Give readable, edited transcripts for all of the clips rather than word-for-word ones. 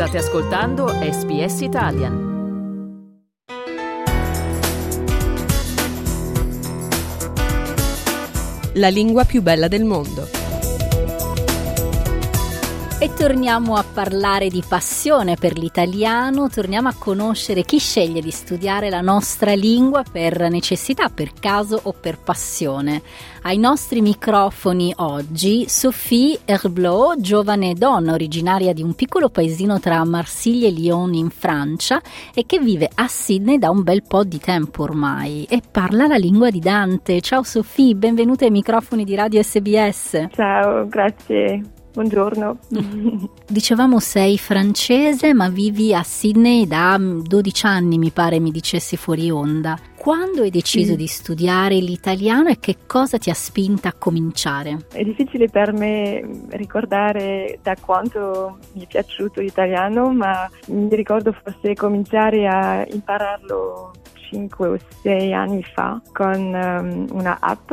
State ascoltando SBS Italian. La lingua più bella del mondo. E torniamo a parlare di passione per l'italiano, torniamo a conoscere chi sceglie di studiare la nostra lingua per necessità, per caso o per passione. Ai nostri microfoni oggi Sophie Herblot, giovane donna originaria di un piccolo paesino tra Marsiglia e Lyon in Francia e che vive a Sydney da un bel po' di tempo ormai e parla la lingua di Dante. Ciao Sophie, benvenuta ai microfoni di Radio SBS. Ciao, grazie. Buongiorno. Dicevamo sei francese ma vivi a Sydney da 12 anni, mi pare mi dicessi fuori onda. Quando hai deciso di studiare l'italiano e che cosa ti ha spinta a cominciare? È difficile per me ricordare da quanto mi è piaciuto l'italiano, ma mi ricordo forse cominciare a impararlo 5 o 6 anni fa con una app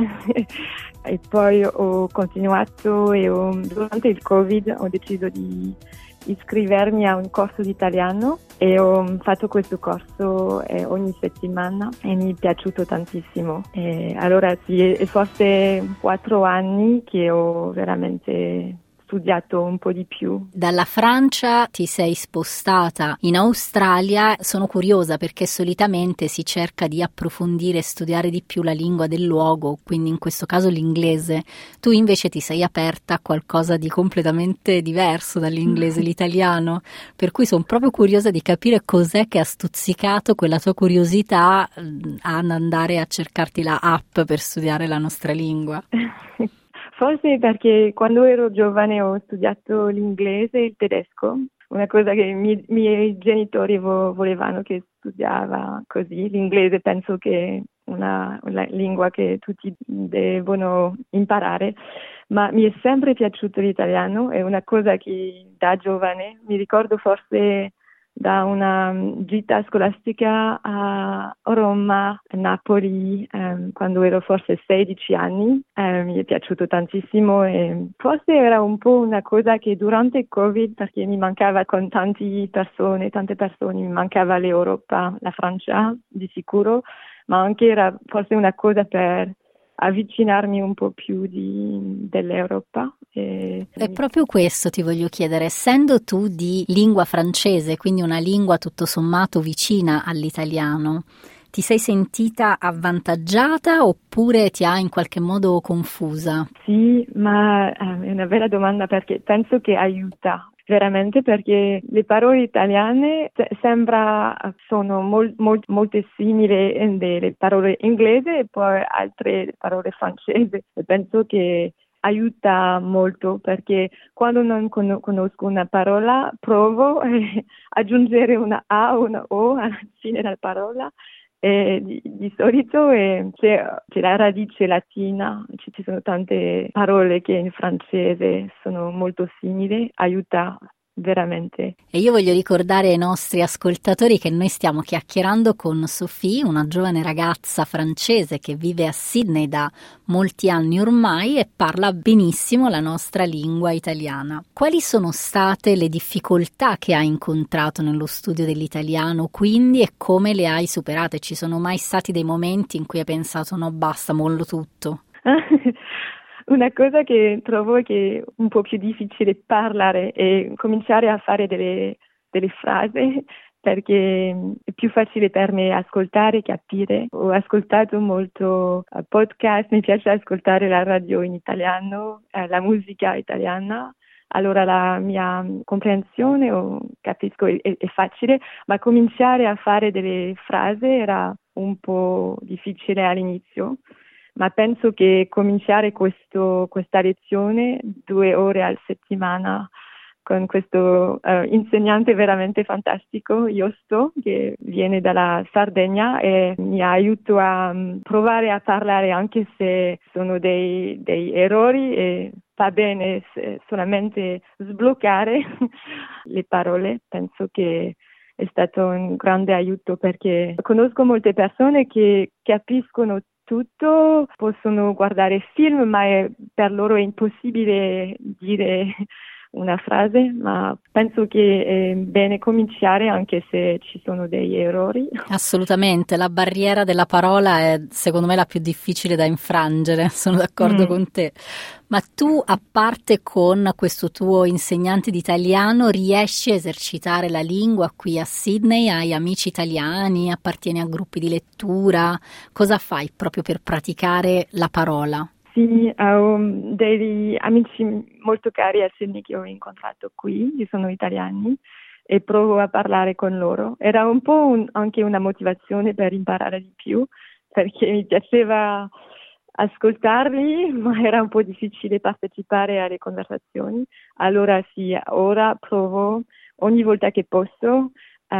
e poi ho continuato e durante il Covid ho deciso di iscrivermi a un corso di italiano e ho fatto questo corso ogni settimana e mi è piaciuto tantissimo. E allora sì, è forse 4 anni che ho veramente studiato un po' di più. Dalla Francia ti sei spostata in Australia. Sono curiosa perché solitamente si cerca di approfondire e studiare di più la lingua del luogo, quindi in questo caso l'inglese. Tu invece ti sei aperta a qualcosa di completamente diverso dall'inglese, l'italiano, per cui sono proprio curiosa di capire cos'è che ha stuzzicato quella tua curiosità ad andare a cercarti la app per studiare la nostra lingua. Forse perché quando ero giovane ho studiato l'inglese e il tedesco, una cosa che i miei genitori volevano che studiava così. L'inglese penso che è una lingua che tutti devono imparare, ma mi è sempre piaciuto l'italiano, è una cosa che da giovane, mi ricordo forse da una gita scolastica a Roma, a Napoli, quando ero forse 16 anni, mi è piaciuto tantissimo e forse era un po' una cosa che durante il Covid, perché mi mancava con tante persone, mi mancava l'Europa, la Francia di sicuro, ma anche era forse una cosa per avvicinarmi un po' più dell'Europa. È proprio questo ti voglio chiedere, essendo tu di lingua francese, quindi una lingua tutto sommato vicina all'italiano, ti sei sentita avvantaggiata oppure ti ha in qualche modo confusa? Sì, ma è una bella domanda perché penso che aiuta. Veramente perché le parole italiane sono molto simili delle parole inglesi e poi altre parole francesi. E penso che aiuta molto perché quando non conosco una parola provo a aggiungere una A o una O alla fine della parola. E di solito c'è la radice latina, ci sono tante parole che in francese sono molto simili, aiuta veramente. E io voglio ricordare ai nostri ascoltatori che noi stiamo chiacchierando con Sophie, una giovane ragazza francese che vive a Sydney da molti anni ormai e parla benissimo la nostra lingua italiana. Quali sono state le difficoltà che hai incontrato nello studio dell'italiano quindi e come le hai superate? Ci sono mai stati dei momenti in cui hai pensato no basta, mollo tutto? Una cosa che trovo che è un po' più difficile parlare e cominciare a fare delle frasi perché è più facile per me ascoltare e capire. Ho ascoltato molto podcast, mi piace ascoltare la radio in italiano, la musica italiana. Allora la mia comprensione capisco è facile, ma cominciare a fare delle frasi era un po' difficile all'inizio. Ma penso che cominciare questa lezione 2 ore alla settimana con questo insegnante veramente fantastico, Josto, che viene dalla Sardegna e mi aiuta a provare a parlare anche se sono dei errori e va bene solamente sbloccare le parole. Penso che è stato un grande aiuto perché conosco molte persone che capiscono tutto, possono guardare film, ma per loro è impossibile dire una frase, ma penso che è bene cominciare anche se ci sono degli errori. Assolutamente, la barriera della parola è secondo me la più difficile da infrangere, sono d'accordo con te. Ma tu, a parte con questo tuo insegnante di italiano, riesci a esercitare la lingua qui a Sydney? Hai amici italiani? Appartieni a gruppi di lettura? Cosa fai proprio per praticare la parola? Sì, ho degli amici molto cari a Sydney che ho incontrato qui, che sono italiani, e provo a parlare con loro. Era un po' anche una motivazione per imparare di più, perché mi piaceva ascoltarli, ma era un po' difficile partecipare alle conversazioni. Allora sì, ora provo ogni volta che posso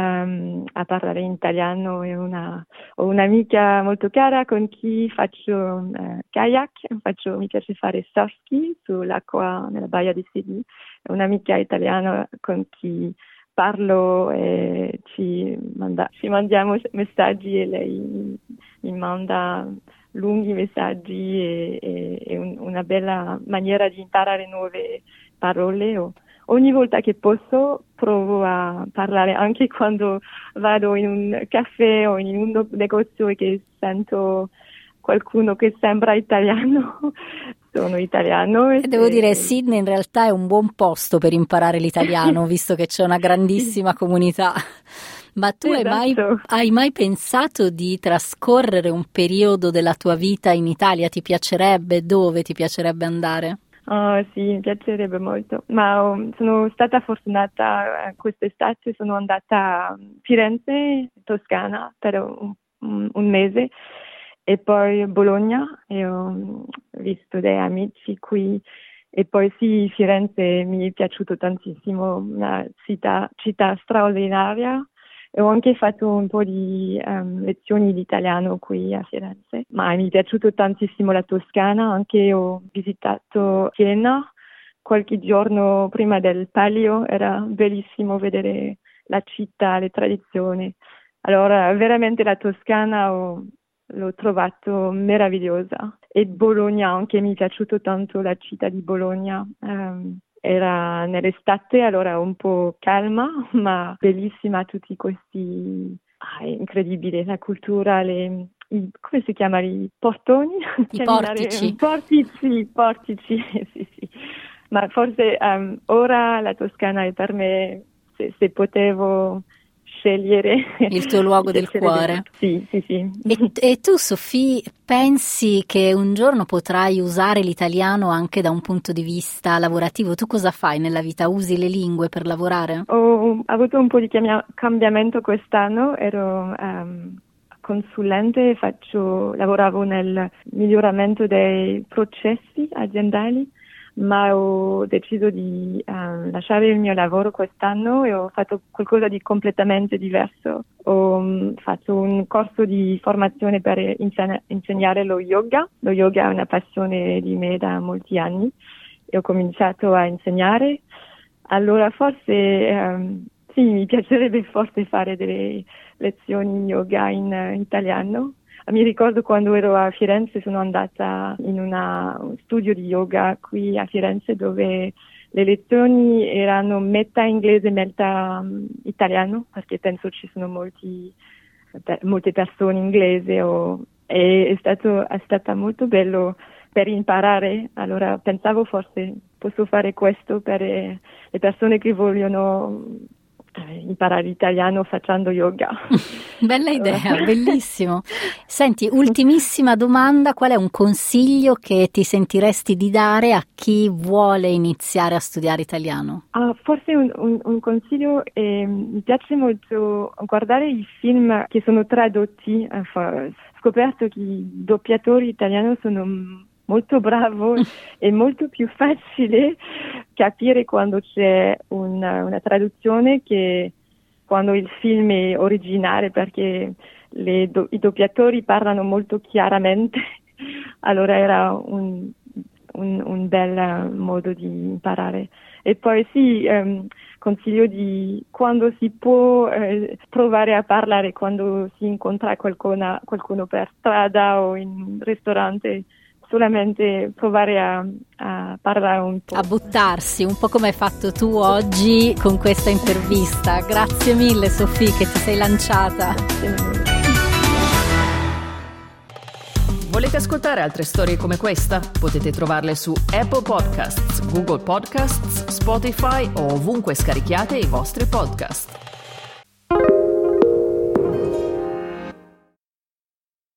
a parlare in italiano. Ho un'amica molto cara con chi faccio kayak, mi piace fare surf ski sull'acqua nella baia di Sydney. È un'amica italiana con chi parlo e ci mandiamo messaggi e lei mi manda lunghi messaggi e una bella maniera di imparare nuove parole. Ogni volta che posso provo a parlare, anche quando vado in un caffè o in un negozio e che sento qualcuno che sembra italiano, sono italiano. E devo dire, Sydney in realtà è un buon posto per imparare l'italiano, visto che c'è una grandissima comunità. Ma tu hai mai pensato di trascorrere un periodo della tua vita in Italia? Ti piacerebbe? Dove ti piacerebbe andare? Oh, sì, mi piacerebbe molto, ma sono stata fortunata quest'estate, sono andata a Firenze, Toscana, per un mese e poi Bologna e ho visto dei amici qui e poi sì, Firenze mi è piaciuto tantissimo, una città straordinaria. Ho anche fatto un po' di lezioni di italiano qui a Firenze, ma mi è piaciuto tantissimo la Toscana, anche ho visitato Siena qualche giorno prima del Palio, era bellissimo vedere la città, le tradizioni. Allora, veramente la Toscana l'ho trovato meravigliosa. E Bologna anche mi è piaciuto tanto, la città di Bologna. Era nell'estate, allora un po' calma, ma bellissima, tutti questi... è incredibile, la cultura, come si chiama, i portoni? I portici. Portici, sì. Ma forse ora la Toscana è per me, se potevo scegliere il tuo luogo del cuore. Sì. E tu, Sofì, pensi che un giorno potrai usare l'italiano anche da un punto di vista lavorativo? Tu cosa fai nella vita? Usi le lingue per lavorare? Ho avuto un po' di cambiamento quest'anno, ero consulente, lavoravo nel miglioramento dei processi aziendali, ma ho deciso di lasciare il mio lavoro quest'anno e ho fatto qualcosa di completamente diverso. Ho fatto un corso di formazione per insegnare lo yoga. Lo yoga è una passione di me da molti anni e ho cominciato a insegnare. Allora forse sì, mi piacerebbe forse fare delle lezioni yoga in italiano. Mi ricordo quando ero a Firenze, sono andata in un studio di yoga qui a Firenze dove le lezioni erano metà inglese, metà italiano, perché penso ci sono molte persone inglesi è stato molto bello per imparare. Allora pensavo forse posso fare questo per le persone che vogliono imparare l'italiano facendo yoga. Bella idea, bellissimo. Senti, ultimissima domanda, qual è un consiglio che ti sentiresti di dare a chi vuole iniziare a studiare italiano? Forse un consiglio mi piace molto guardare i film che sono tradotti. Ho scoperto che i doppiatori italiani sono molto bravo è molto più facile capire quando c'è una traduzione che quando il film è originale, perché i doppiatori parlano molto chiaramente. Allora era un bel modo di imparare. E poi sì, consiglio di quando si può provare a parlare, quando si incontra qualcuno per strada o in un ristorante, solamente provare a parlare un po'. A buttarsi, un po' come hai fatto tu oggi con questa intervista. Grazie mille Sofì che ti sei lanciata. Volete ascoltare altre storie come questa? Potete trovarle su Apple Podcasts, Google Podcasts, Spotify o ovunque scarichiate i vostri podcast.